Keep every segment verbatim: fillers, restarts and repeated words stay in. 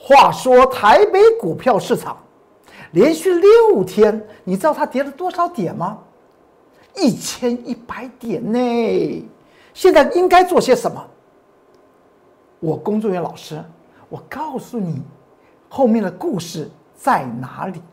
话说台北股票市场连续六天，你知道它跌了多少点吗？一千一百点呢。现在应该做些什么？我工作人员老师，我告诉你，后面的故事在哪里？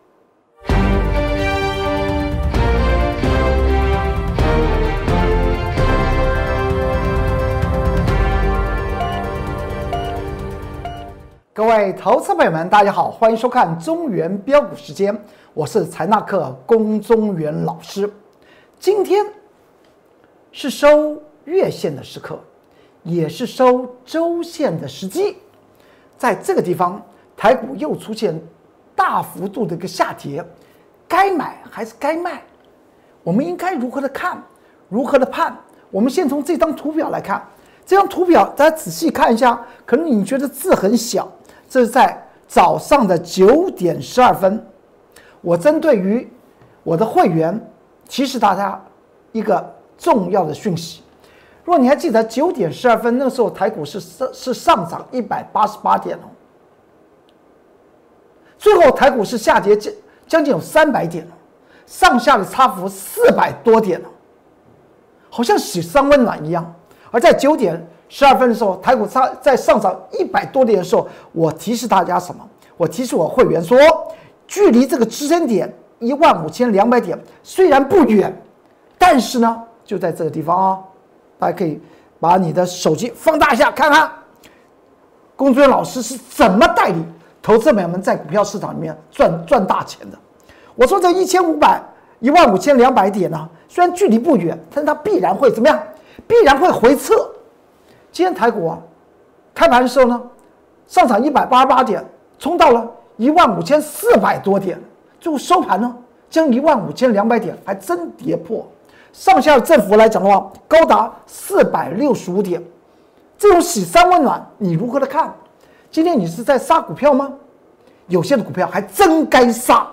各位投资朋友们，大家好，欢迎收看中原标股时间，我是财纳克龚中原老师。今天是收月线的时刻，也是收周线的时机。在这个地方，台股又出现大幅度的一个下跌，该买还是该卖？我们应该如何的看，如何的判？我们先从这张图表来看，这张图表大家仔细看一下，可能你觉得字很小。这是在早上的九点十二分，我针对于我的会员提示大家一个重要的讯息。如果你还记得九点十二分那个时候台股是是上涨一百八十八点哦，最后台股是下跌将近有三百点哦，上下的差幅四百多点哦，好像喜上温暖一样。而在九点十二分的时候，台股在上涨一百多点的时候，我提示大家什么？我提示我会员说，距离这个支撑点一万五千两百点虽然不远，但是呢，就在这个地方啊、哦，大家可以把你的手机放大一下，看看龚中原老师是怎么带领投资朋友们在股票市场里面赚赚大钱的。我说这一千五百一万五千两百点呢、啊，虽然距离不远，但是它必然会怎么样？必然会回撤。今天台股啊，开盘的时候呢，上涨一百八十八点，冲到了一万五千四百多点，最后收盘呢，将一万五千两百点还真跌破。上下的振幅来讲的话，高达四百六十五点。这种喜三温暖，你如何的看？今天你是在杀股票吗？有些的股票还真该杀，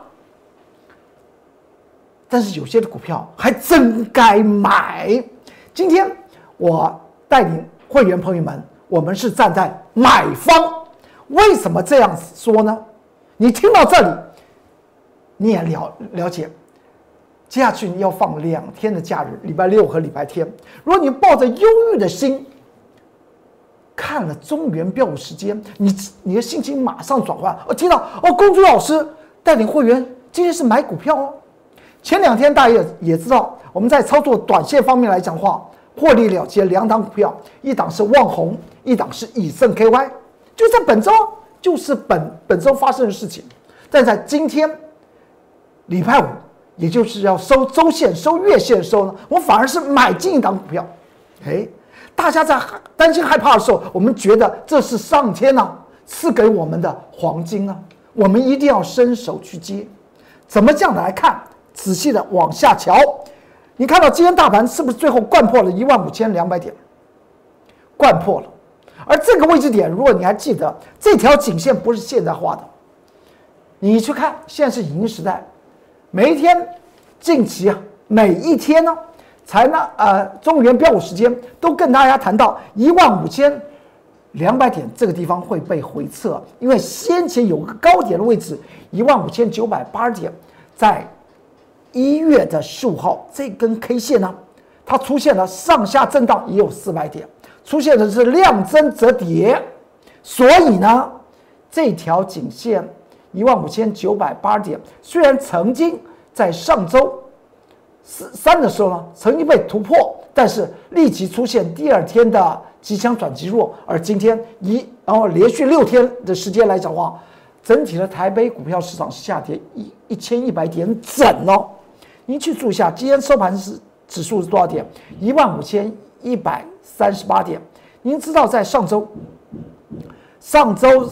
但是有些的股票还真该买。今天我带领会员朋友们，我们是站在买方。为什么这样说呢？你听到这里，你也 了, 了解，接下去你要放两天的假日，礼拜六和礼拜天。如果你抱着忧郁的心看了中原标股时间，你你的心情马上转换。我听到哦，龚中原老师带领会员今天是买股票哦。前两天大家 也, 也知道，我们在操作短线方面来讲的话，获利了结两档股票，一档是旺宏，一档是以盛 K Y， 就在本周，就是本本周发生的事情。但在今天礼拜五，也就是要收周线、收月线的时候呢，我反而是买进一档股票。哎，大家在担心害怕的时候，我们觉得这是上天啊赐给我们的黄金啊，我们一定要伸手去接。怎么这样的来看？仔细的往下瞧。你看到今天大盘是不是最后掼破了一万五千两百点？掼破了，而这个位置点，如果你还记得，这条颈线不是现在画的，你去看，现在是影音时代，每一天，近期啊，每一天呢，才呢呃中原标股时间都跟大家谈到一万五千两百点这个地方会被回撤，因为先前有个高点的位置一万五千九百八十点，在一月的十五号，这根 K 线呢，它出现了上下震荡，也有四百点，出现的是量增则跌，所以呢，这条颈线一万五千九百八十点，虽然曾经在上周三的时候呢，曾经被突破，但是立即出现第二天的极强转极弱，而今天一然后连续六天的时间来讲的话，整体的台北股票市场是下跌一一千一百点整哦。您去注意一下，今天收盘是指数是多少点？一万五千一百三十八点。您知道，在上周上周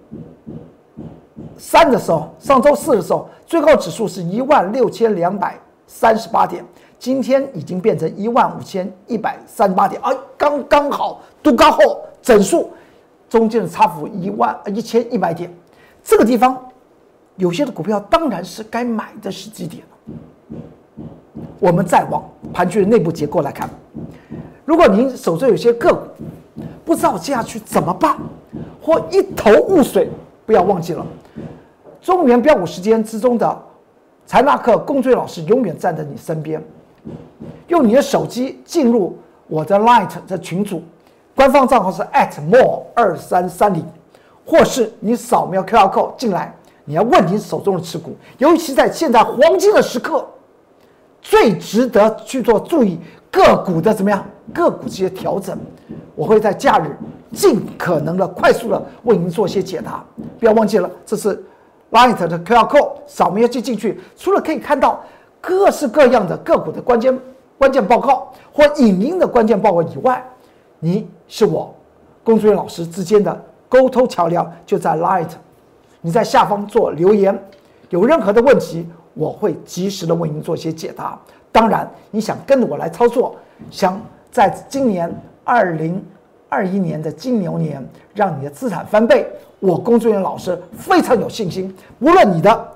三的时候，上周四的时候，最高指数是一万六千两百三十八点，今天已经变成一万五千一百三十八点，啊，刚刚好都高后整数中间的差幅一万一千一百点。这个地方有些的股票当然是该买的时机点了。 我们再往盘局的内部结构来看，如果您手中有些个股不知道接下去怎么办，或一头雾水，不要忘记了，中原标股时间之中的财纳克龚俊老师永远站在你身边。用你的手机进入我的 Line 的群组，官方账号是 at more 二三三零，或是你扫描 Q R code 进来，你要问你手中的持股，尤其在现在黄金的时刻，最值得去做注意个股的怎么样？个股这些调整，我会在假日尽可能的快速的为您做一些解答。不要忘记了，这是 Line 的 Q R code， 扫描就进去，除了可以看到各式各样的个股的关键关键报告或影音的关键报告以外，你是我龚俊老师之间的沟通桥梁，就在 Line。你在下方做留言，有任何的问题，我会及时的为您做一些解答。当然，你想跟着我来操作，想在今年二零二一年的金牛年让你的资产翻倍，我龚俊老师非常有信心。无论你的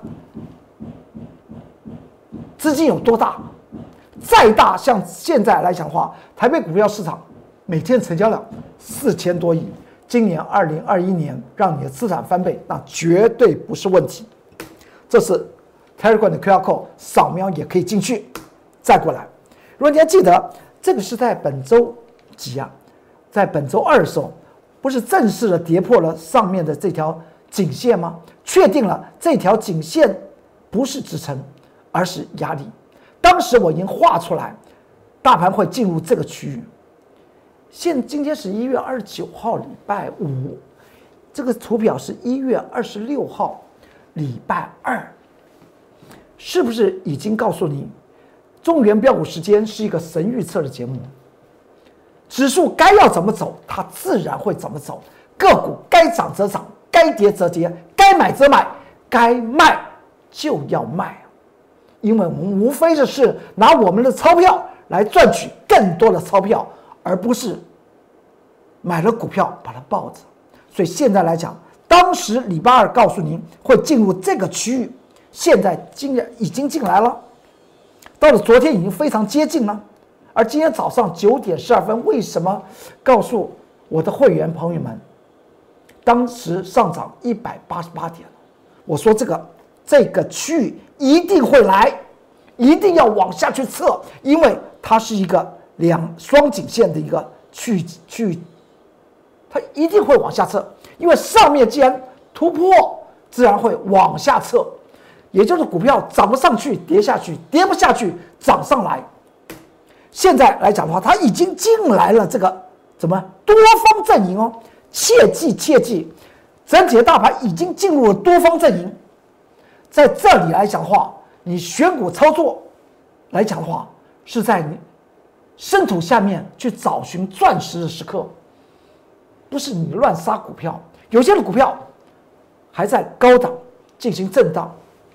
资金有多大，再大，像现在来讲的话，台北股票市场每天成交量四千多亿，今年二零二一年让你的资产翻倍，那绝对不是问题。这是 Telegram 的 Q R code， 扫描也可以进去。再过来，如果你还记得，这个是在本周几啊？在本周二的时候，不是正式的跌破了上面的这条颈线吗？确定了这条颈线不是支撑，而是压力。当时我已经画出来，大盘会进入这个区域。现今天是一月二十九号，礼拜五，这个图表是一月二十六号，礼拜二，是不是已经告诉你，中原标股时间是一个神预测的节目？指数该要怎么走，它自然会怎么走；个股该涨则涨，该跌则跌，该买则买，该卖就要卖。因为我们无非就是拿我们的钞票来赚取更多的钞票，而不是买了股票把它抱着。所以现在来讲，当时礼拜二告诉您会进入这个区域，现在今日已经进来了，到了昨天已经非常接近了。而今天早上九点十二分，为什么告诉我的会员朋友们，当时上涨一百八十八点，我说这个这个区域一定会来，一定要往下去测，因为它是一个两双颈线的一个区区域，它一定会往下测，因为上面既然突破，自然会往下测，也就是股票涨不上去跌下去，跌不下去涨上来。现在来讲的话，它已经进来了这个怎么多方阵营哦，切记切记，整体的大盘已经进入了多方阵营。在这里来讲的话，你选股操作来讲的话，是在你深土下面去找寻钻石的时刻，不是你乱杀股票。有些的股票还在高档进行震荡，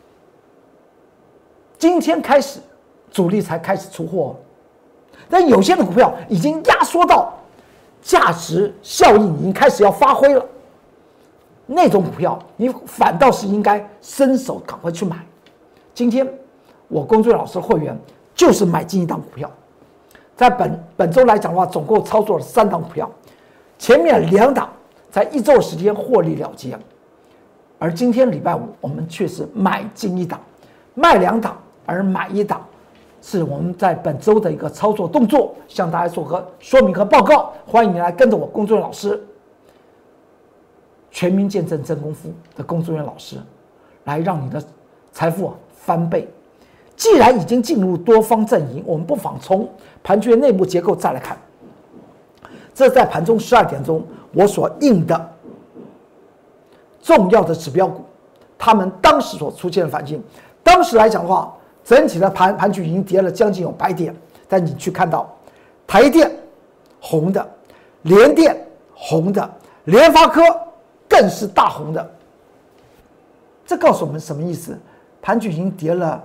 今天开始主力才开始出货，但有些的股票已经压缩到价值效应已经开始要发挥了，那种股票你反倒是应该伸手赶快去买。今天我龚俊老师会员就是买进一档股票，在本本周来讲的话，总共操作了三档股票，前面两档在一周时间获利了结，而今天礼拜五我们却是买进一档，卖两档而买一档，是我们在本周的一个操作动作，向大家做个说明和报告。欢迎你来跟着我龚俊老师，全民见证真功夫的龚俊老师，来让你的财富翻倍。既然已经进入多方阵营，我们不妨从盘局的内部结构再来看。这是在盘中十二点钟我所印的重要的指标股，他们当时所出现的反应。当时来讲的话，整体的盘盘局已经跌了将近有百点，但你去看到台电红的，联电红的，联发科更是大红的。这告诉我们什么意思？盘局已经跌了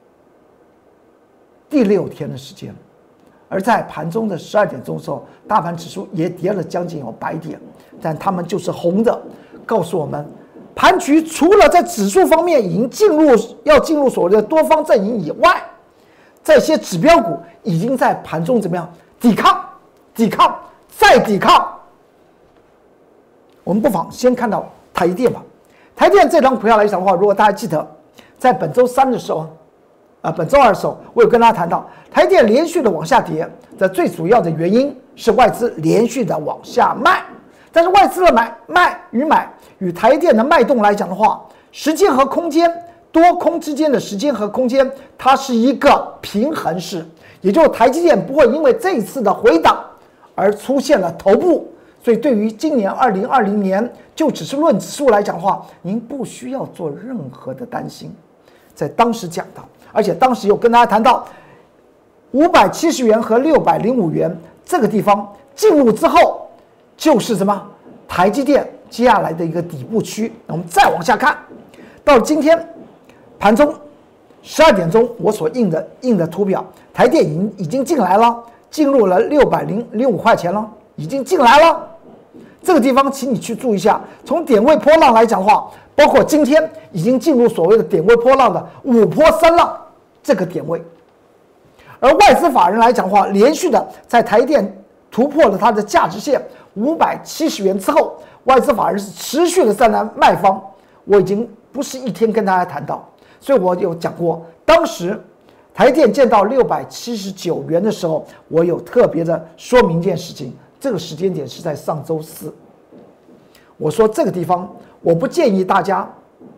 第六天的时间，而在盘中的十二点钟的时候，大盘指数也跌了将近有百点，但他们就是红的，告诉我们盘局除了在指数方面已经进入要进入所谓的多方阵营以外， 这些指标股已经在盘中怎么样抵抗、抵抗、再抵抗。我们不妨先看到台积电吧。台积电这张股票来讲的话，如果大家记得，在本周三的时候，啊，本周二的时候，我有跟大家谈到，台积电连续的往下跌的最主要的原因是外资连续的往下卖。但是外资的买卖与买与台积电的脉动来讲的话，时间和空间，多空之间的时间和空间，它是一个平衡式，也就是台积电不会因为这一次的回档而出现了头部。所以对于今年二零二零年，就只是论指数来讲的话，您不需要做任何的担心。在当时讲到，而且当时有跟大家谈到五百七十元和六百零五元这个地方进入之后，就是什么？台积电接下来的一个底部区。我们再往下看，到了今天盘中十二点钟，我所印的印的图表，台电已经已经进来了，进入了六百零五块钱了，已经进来了。这个地方，请你去注意一下，从点位波浪来讲的话，包括今天已经进入所谓的点位波浪的五波三浪这个点位。而外资法人来讲的话，连续的在台电突破了它的价值线五百七十元之后，外资法人是持续的站在卖方。我已经不是一天跟大家谈到，所以我有讲过，当时台电见到六百七十九元的时候，我有特别的说明一件事情，这个时间点是在上周四。我说这个地方我不建议大家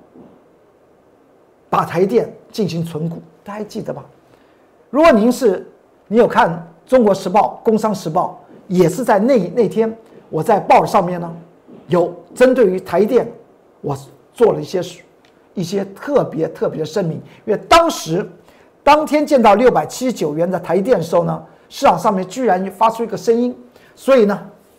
把台电进行存股，大家还记得吧？如果您是你有看《中国时报》《工商时报》，也是在那那天我在报上面呢，有针对于台电，我做了一些一些特别特别的声明，因为当时当天见到六百七十九元的台电的时候呢，市场上面居然发出一个声音，所以呢，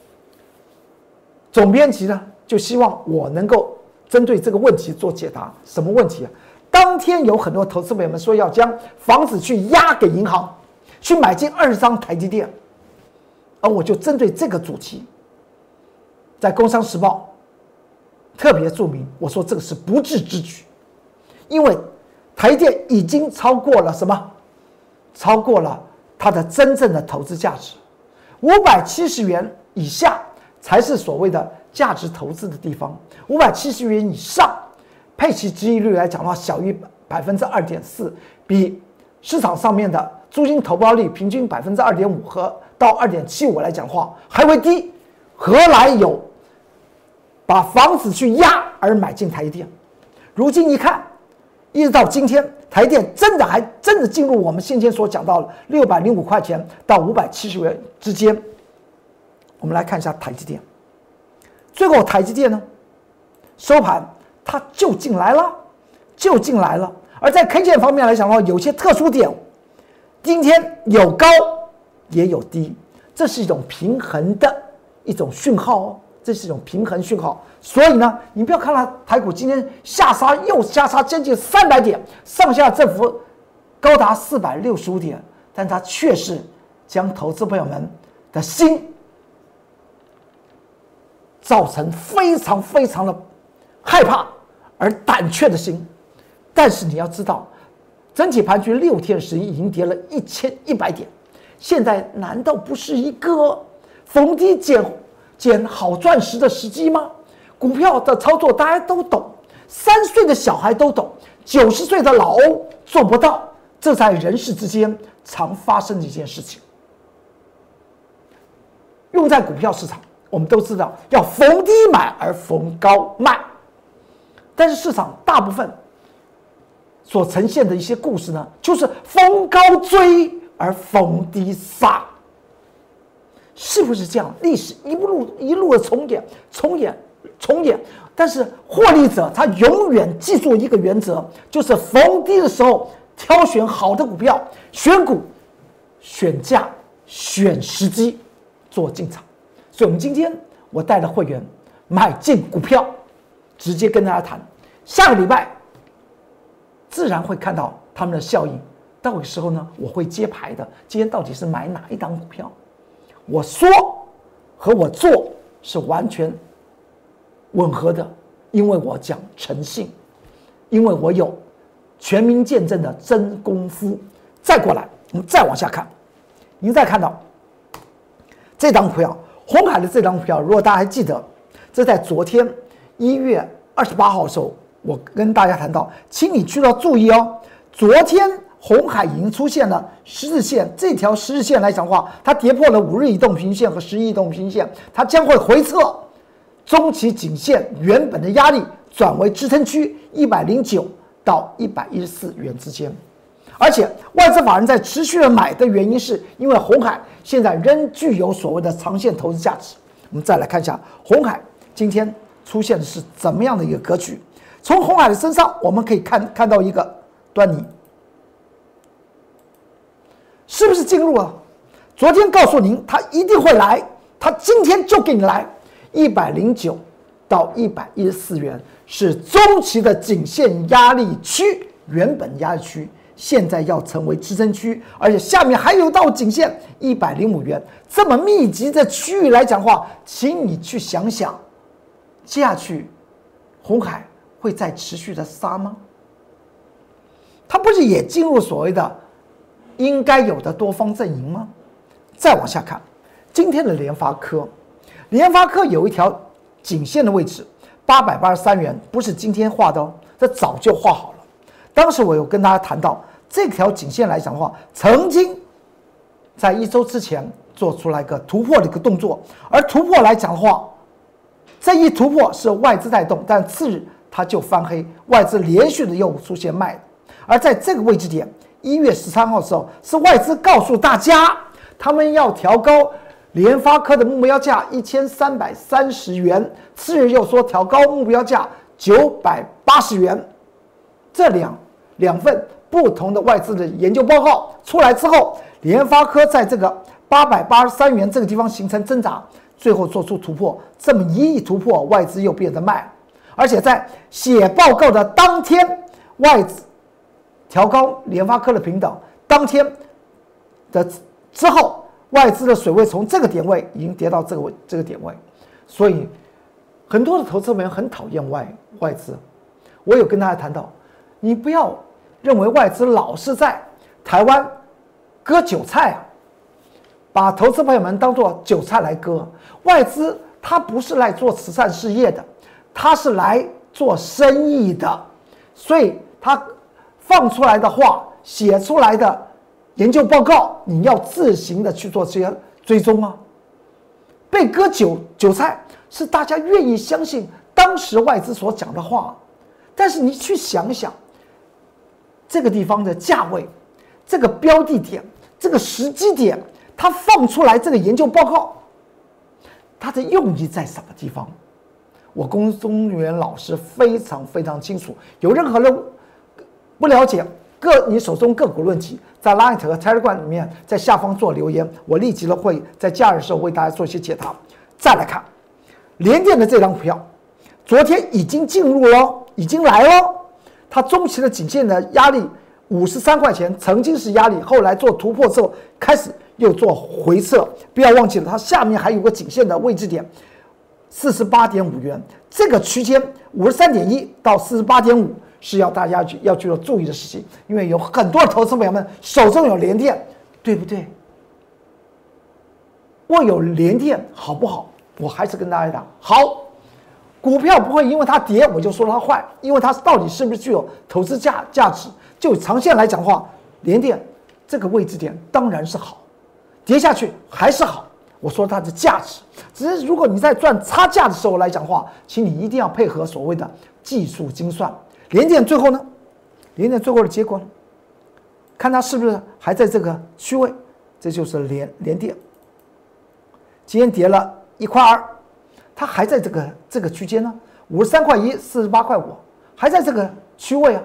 总编辑呢就希望我能够针对这个问题做解答。什么问题啊？当天有很多投资朋友们说要将房子去押给银行，去买进二十张台积电，而我就针对这个主题，在《工商时报》特别注明，我说这个是不智之举，因为台电已经超过了什么？超过了它的真正的投资价值，五百七十元以下才是所谓的价值投资的地方，五百七十元以上，配息殖利率来讲的话，小于百分之二点四，比市场上面的租金投报率平均百分之二点五和到二点七五来讲的话还会低，何来有把房子去押而买进台电？如今一看，一直到今天，台电真的还真的进入我们先前所讲到的六百零五块钱到五百七十元之间。我们来看一下台积电，最后台积电呢收盘它就进来了，就进来了。而在 K 线方面来讲的话，有些特殊点，今天有高也有低，这是一种平衡的一种讯号哦。这是一种平衡讯号，所以呢，你不要看它台股今天下杀，又下杀将近三百点，上下振幅高达四百六十五点，但它却是将投资朋友们的心造成非常非常的害怕而胆怯的心。但是你要知道，整体盘局六天时间已经跌了一千一百点，现在难道不是一个逢低捡捡好钻石的时机吗？股票的操作大家都懂，三岁的小孩都懂，九十岁的老欧做不到，这在人世之间常发生的一件事情。用在股票市场，我们都知道要逢低买而逢高卖，但是市场大部分所呈现的一些故事呢，就是逢高追而逢低杀。是不是这样？历史一路一路的重演，重演，重演。但是获利者他永远记住一个原则，就是逢低的时候挑选好的股票，选股、选价、选时机做进场。所以，我们今天我带了会员买进股票，直接跟大家谈，下个礼拜自然会看到他们的效应。到个时候呢，我会揭牌的。今天到底是买哪一档股票？我说和我做是完全吻合的，因为我讲诚信，因为我有全民见证的真功夫。再过来， 我们再往下看，您再看到这张股票，鸿海的这张股票，如果大家还记得，这在昨天一月二十八号的时候，我跟大家谈到，请你需要注意哦。昨天鸿海已经出现了十日线，这条十日线来讲的话，它跌破了五日移动平均线和十日移动平均线，它将会回撤中期颈线原本的压力，转为支撑区一百零九到一百一十四元之间。而且外资法人在持续的买的原因，是因为鸿海现在仍具有所谓的长线投资价值。我们再来看一下鸿海今天出现的是怎么样的一个格局。从鸿海的身上，我们可以看看到一个端倪，是不是进入了？昨天告诉您，它一定会来，它今天就给你来一百零九到一百一十四元，是中期的颈线压力区，原本压力区现在要成为支撑区，而且下面还有一道颈线一百零五元，这么密集的区域来讲的话，请你去想想，接下去鸿海会再持续的杀吗？它不是也进入所谓的应该有的多方阵营吗？再往下看，今天的联发科，联发科有一条颈线的位置八百八十三元，不是今天画的哦，这早就画好了。当时我有跟大家谈到，这条颈线来讲的话，曾经在一周之前做出来一个突破的一个动作，而突破来讲的话，这一突破是外资带动，但次日它就翻黑，外资连续的又出现卖。而在这个位置点，一月十三号的时候，是外资告诉大家，他们要调高联发科的目标价一千三百三十元，次日又说调高目标价九百八十元。这两两份不同的外资的研究报告出来之后，联发科在这个八百八十三元这个地方形成挣扎，最后做出突破。这么一突破，外资又变得卖，而且在写报告的当天，外资调高联发科的平等，当天的之后，外资的水位从这个点位已经跌到这个位这个点位，所以很多的投资人很讨厌外外资。我有跟大家谈到，你不要认为外资老是在台湾割韭菜啊，把投资朋友们当作韭菜来割。外资他不是来做慈善事业的，他是来做生意的，所以他放出来的话，写出来的研究报告，你要自行的去做这些追踪啊。被割韭韭菜是大家愿意相信当时外资所讲的话，但是你去想想，这个地方的价位，这个标的点，这个时机点，它放出来这个研究报告，它的用意在什么地方？我龚宗元老师非常非常清楚，有任何人不了解个你手中个股论题，在 Line 和 Telegram 里面，在下方做留言，我立即的会在假日的时候为大家做一些解答。再来看联电的这张股票，昨天已经进入了，已经来了，它中期的颈线的压力五十三块钱，曾经是压力，后来做突破之后开始又做回撤，不要忘记了，它下面还有个颈线的位置点四十八点五元，这个区间五十三点一到四十八点五。是要大家要去注意的事情，因为有很多的投资朋友们手中有联电，对不对？我有联电好不好？我还是跟大家讲，好，股票不会因为它跌我就说它坏，因为它到底是不是具有投资价价值？就长线来讲的话，联电这个位置点当然是好，跌下去还是好。我说它的价值，只是如果你在赚差价的时候来讲的话，请你一定要配合所谓的技术精算。联电最后呢？联电最后的结果呢？看它是不是还在这个区位，这就是联联电。今天跌了一块二，它还在这个这个区间呢，五十三块一，四十八块五，还在这个区位啊。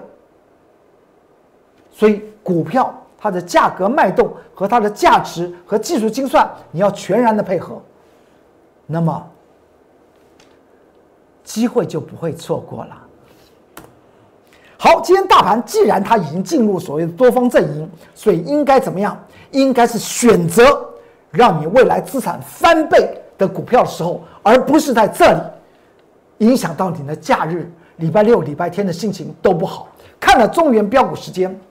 所以股票它的价格脉动和它的价值和技术精算，你要全然的配合，那么机会就不会错过了。好，今天大盘既然它已经进入所谓的多方阵营，所以应该怎么样？应该是选择让你未来资产翻倍的股票的时候，而不是在这里影响到你的假日、礼拜六、礼拜天的心情都不好。看了中原标股时间，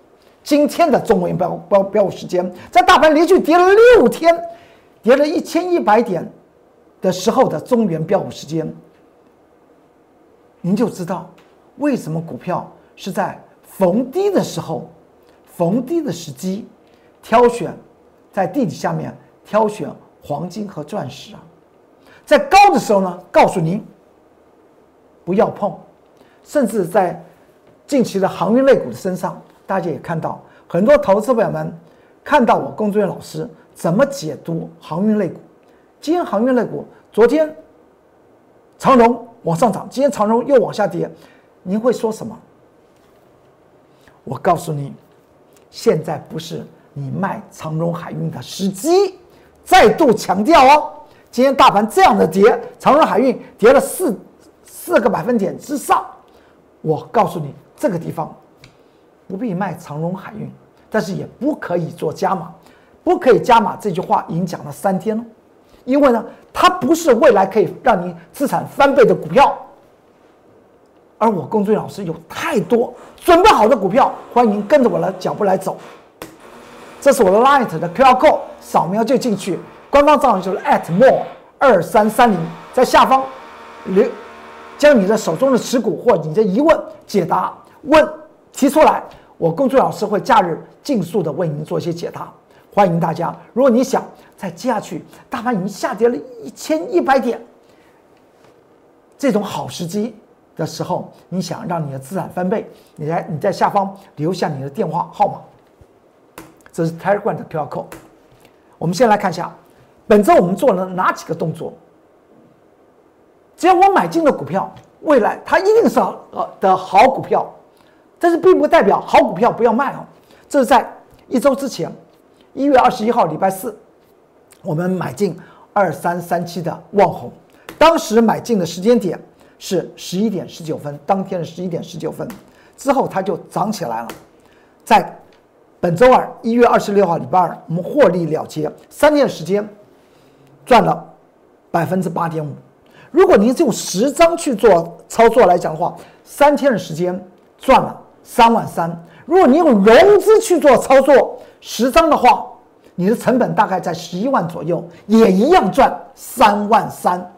今天的中原标标标股时间，在大盘连续跌了六天，跌了一千一百点的时候的中原标股时间，您就知道为什么股票是在逢低的时候，逢低的时机挑选，在地底下面挑选黄金和钻石啊，在高的时候呢，告诉您不要碰，甚至在近期的航运类股的身上，大家也看到很多投资朋友们看到我龚志远老师怎么解读航运类股。今天航运类股，昨天长荣往上涨，今天长荣又往下跌，您会说什么？我告诉你，现在不是你卖长荣海运的时机。再度强调哦，今天大盘这样的跌，长荣海运跌了四四个百分点之上，我告诉你，这个地方不必卖长荣海运，但是也不可以做加码，不可以加码这句话已经讲了三天了，因为呢，它不是未来可以让你资产翻倍的股票，而我龚志远老师有太多准备好的股票，欢迎跟着我的脚步来走。这是我的 Light 的 Q R code， 扫描就进去，官方账号就是 at more 二三三零，在下方留将你的手中的持股或你的疑问解答问提出来，我龚志远老师会假日尽速的为您做一些解答。欢迎大家，如果你想再接下去，大盘已经下跌了一千一百点，这种好时机的时候，你想让你的资产翻倍，你在你在下方留下你的电话号码。这是 Telegram 的 Q R code。我们先来看一下，本周我们做了哪几个动作？只要我买进的股票，未来它一定是呃的好股票，但是并不代表好股票不要卖哦。这是在一周之前，一月二十一号礼拜四，我们买进二三三七的旺宏，当时买进的时间点是十一点十九分，当天的十一点十九分，之后它就涨起来了，在本周二一月二十六号礼拜二，我们获利了结，三天的时间赚了百分之八点五。如果您用十张去做操作来讲的话，三天的时间赚了三万三。如果你用融资去做操作，十张的话，你的成本大概在十一万左右，也一样赚三万三。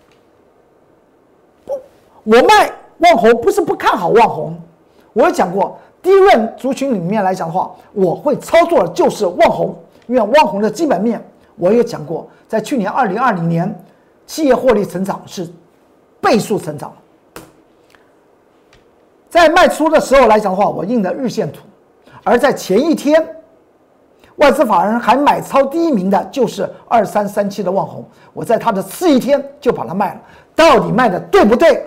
我卖旺宏不是不看好旺宏，我有讲过。低润族群里面来讲的话，我会操作的就是旺宏，因为旺宏的基本面我也讲过，在去年二零二零年，企业获利成长是倍数成长。在卖出的时候来讲的话，我印的日线图，而在前一天，外资法人还买超第一名的就是二三三七的旺宏，我在它的次一天就把它卖了，到底卖的对不对？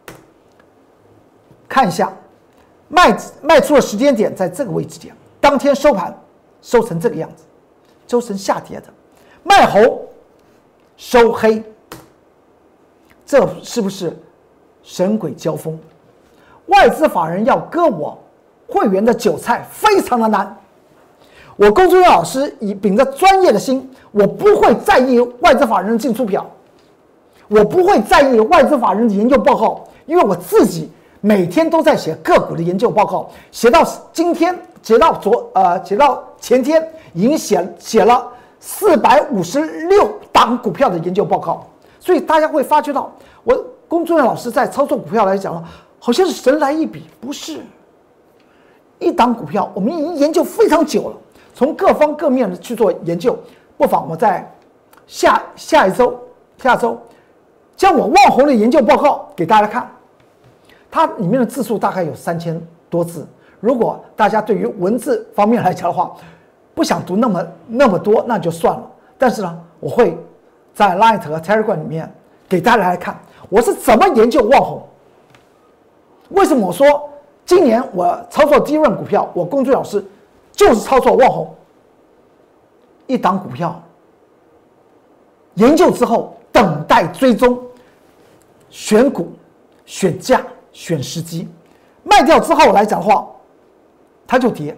看一下。卖卖出的时间点在这个位置点，当天收盘收成这个样子，收成下跌的，卖红收黑，这是不是神鬼交锋？外资法人要割我会员的韭菜非常的难。我龚志远老师以秉着专业的心，我不会在意外资法人的进出表，我不会在意外资法人的研究报告，因为我自己每天都在写个股的研究报告，写到今天，写到昨呃，写到前天，已经写写了四百五十六档股票的研究报告。所以大家会发觉到，我龚志远老师在操作股票来讲，好像是神来一笔，不是。一档股票我们已经研究非常久了，从各方各面的去做研究。不妨我在下下一周、下周将我旺宏的研究报告给大家看。它里面的字数大概有三千多字，如果大家对于文字方面来讲的话，不想读那么那么多，那就算了。但是呢，我会在 Light 和 Telegram 里面给大家来看，我是怎么研究旺宏。为什么我说今年我操作低润股票，我龚志远老师就是操作旺宏，一档股票研究之后，等待追踪，选股、选价。选时机，卖掉之后来讲的话，它就跌。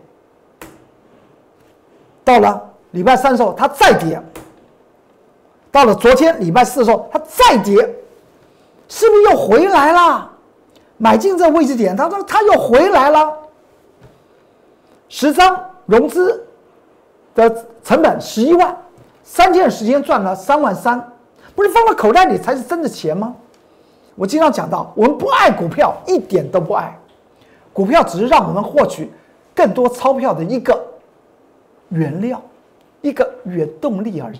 到了礼拜三的时候，它再跌。到了昨天礼拜四的时候，它再跌，是不是又回来了？买进这个位置点，它说它又回来了。 十张融资的成本十一万，三天的时间赚了三万三，不是放到口袋里才是真的钱吗？我经常讲到，我们不爱股票，一点都不爱，股票只是让我们获取更多钞票的一个原料，一个原动力而已。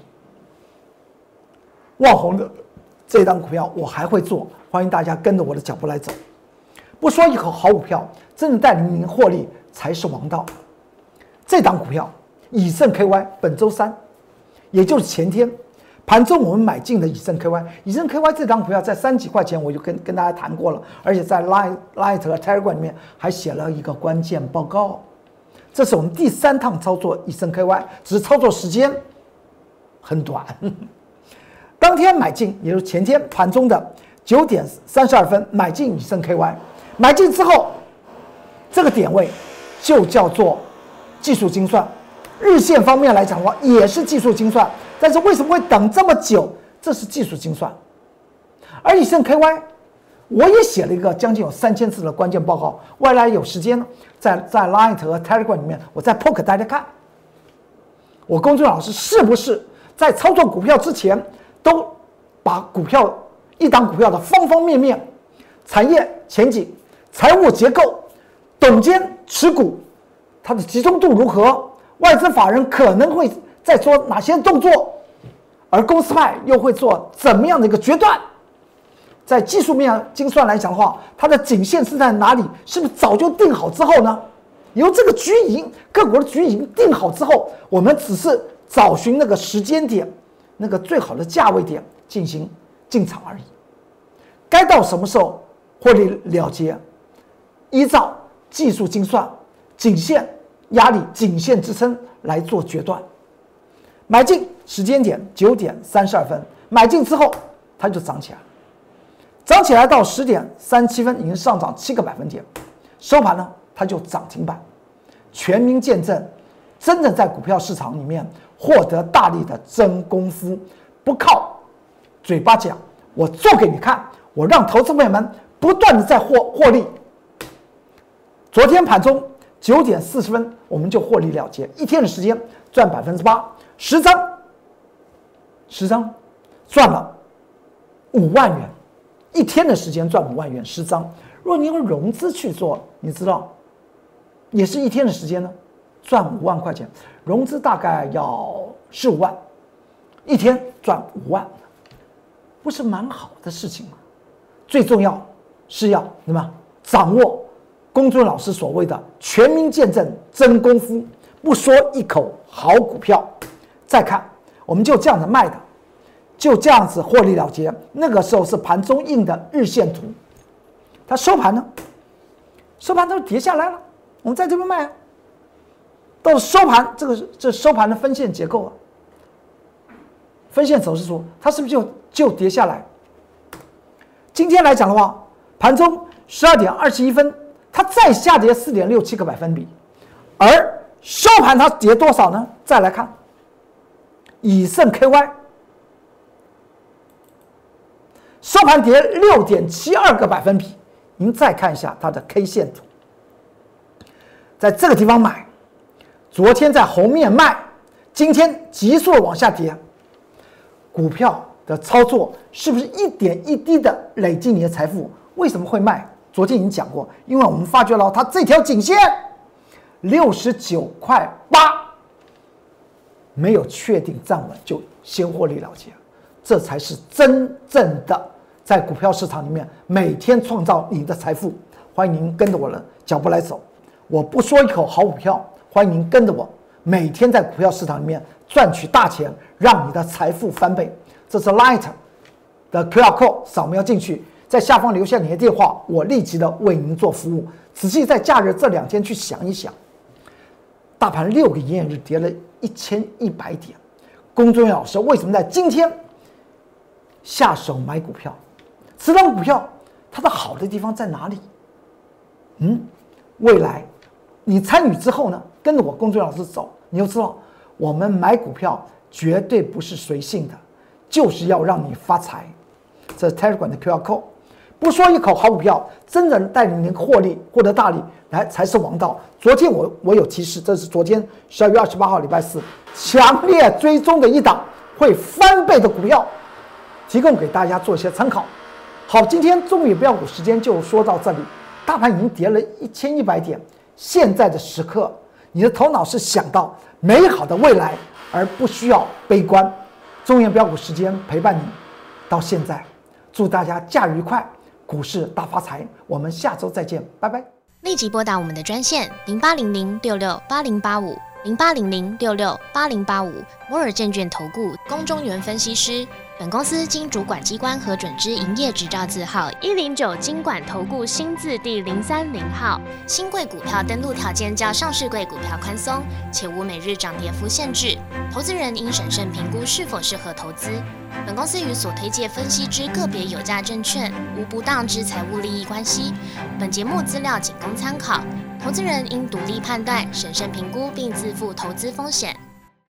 旺宏的这档股票我还会做，欢迎大家跟着我的脚步来走。不说一口好股票，真的带领您获利才是王道。这档股票以盛 K Y 本周三，也就是前天盘中我们买进的以盛 K Y， 以盛 K Y 这档股票在三几块钱我就跟跟大家谈过了，而且在 Line Light 和 Telegram 里面还写了一个关键报告。这是我们第三趟操作以盛 K Y， 只是操作时间很短。当天买进，也就是前天盘中的九点三十二分买进以盛 K Y， 买进之后，这个点位就叫做技术精算。日线方面来讲的话，也是技术精算，但是为什么会等这么久？这是技术精算。而以盛 K Y， 我也写了一个将近有三千字的关键报告，未来有时间呢，在在 Line 和 Telegram 里面，我再 po 给大家看。我公众老师是不是在操作股票之前，都把股票一档股票的方方面面、产业前景、财务结构、董监持股，它的集中度如何？外资法人可能会在做哪些动作，而公司派又会做怎么样的一个决断？在技术面精算来讲的话，它的颈线是在哪里？是不是早就定好之后呢？由这个局盈个股的局盈定好之后，我们只是找寻那个时间点、那个最好的价位点进行进场而已。该到什么时候获利了结？依照技术精算、颈线压力、颈线支撑来做决断。买进时间点九点三十二分，买进之后它就涨起来，涨起来到十点三十七分已经上涨七个百分点，收盘呢它就涨停板，全民见证，真的在股票市场里面获得大力的真功夫，不靠嘴巴讲，我做给你看，我让投资朋友们不断的在获获利。昨天盘中九点四十分，我们就获利了结，一天的时间赚百分之八，十张，十张赚了五万元，一天的时间赚五万元，十张。如果你用融资去做，你知道，也是一天的时间呢，赚五万块钱，融资大概要十五万，一天赚五万，不是蛮好的事情吗？最重要是要什么？掌握公孙老师所谓的全民见证真功夫，不说一口好股票。再看，我们就这样子卖的，就这样子获利了结。那个时候是盘中印的日线图，它收盘呢，收盘它就跌下来了，我们在这边卖啊。到了收盘，这个这收盘的分线结构啊，分线走势图，它是不是就就跌下来？今天来讲的话，盘中十二点二十一分。它再下跌 四点六七 个百分比，而收盘它跌多少呢？再来看以盛 K Y， 收盘跌 六点七二 个百分比。您再看一下它的 K 线图，在这个地方买，昨天在红面卖，今天急速的往下跌。股票的操作是不是一点一滴的累积你的财富？为什么会卖？昨天已经讲过，因为我们发觉到它这条颈线六十九块八没有确定站稳，就先获利了结，这才是真正的在股票市场里面每天创造你的财富。欢迎您跟着我的脚步来走，我不说一口好股票，欢迎您跟着我，每天在股票市场里面赚取大钱，让你的财富翻倍。这是 Light 的 Q R code 扫描进去。在下方留下你的电话，我立即的为您做服务。仔细在假日这两天去想一想，大盘六个营业日跌了一千一百点，公孙老师为什么在今天下手买股票？此档股票它的好的地方在哪里？嗯，未来你参与之后呢，跟着我公孙老师走，你就知道我们买股票绝对不是随性的，就是要让你发财。这是 Telegram 的 Q R code。 不说一口好股票，真正带领您获利获得大利，来才是王道。昨天我我有提示，这是昨天十二月二十八号礼拜四强烈追踪的一档会翻倍的股票，提供给大家做一些参考。好，今天中午标股时间就说到这里，大盘已经跌了一千一百点，现在的时刻，你的头脑是想到美好的未来，而不需要悲观。中原标股时间陪伴你到现在，祝大家假日愉快，股市大发财。我们下周再见，拜拜。 立即拨打我们的专线零八零零六六八零八五零八零零六六八零八五摩尔证券投顾龚中原分析师。本公司经主管机关核准之营业执照字号一零九金管投顾新字第零三零号。新贵股票登录条件较上市贵股票宽松，且无每日涨跌幅限制。投资人应审慎评估是否适合投资。本公司与所推介分析之个别有价证券无不当之财务利益关系。本节目资料仅供参考，投资人应独立判断、审慎评估并自负投资风险。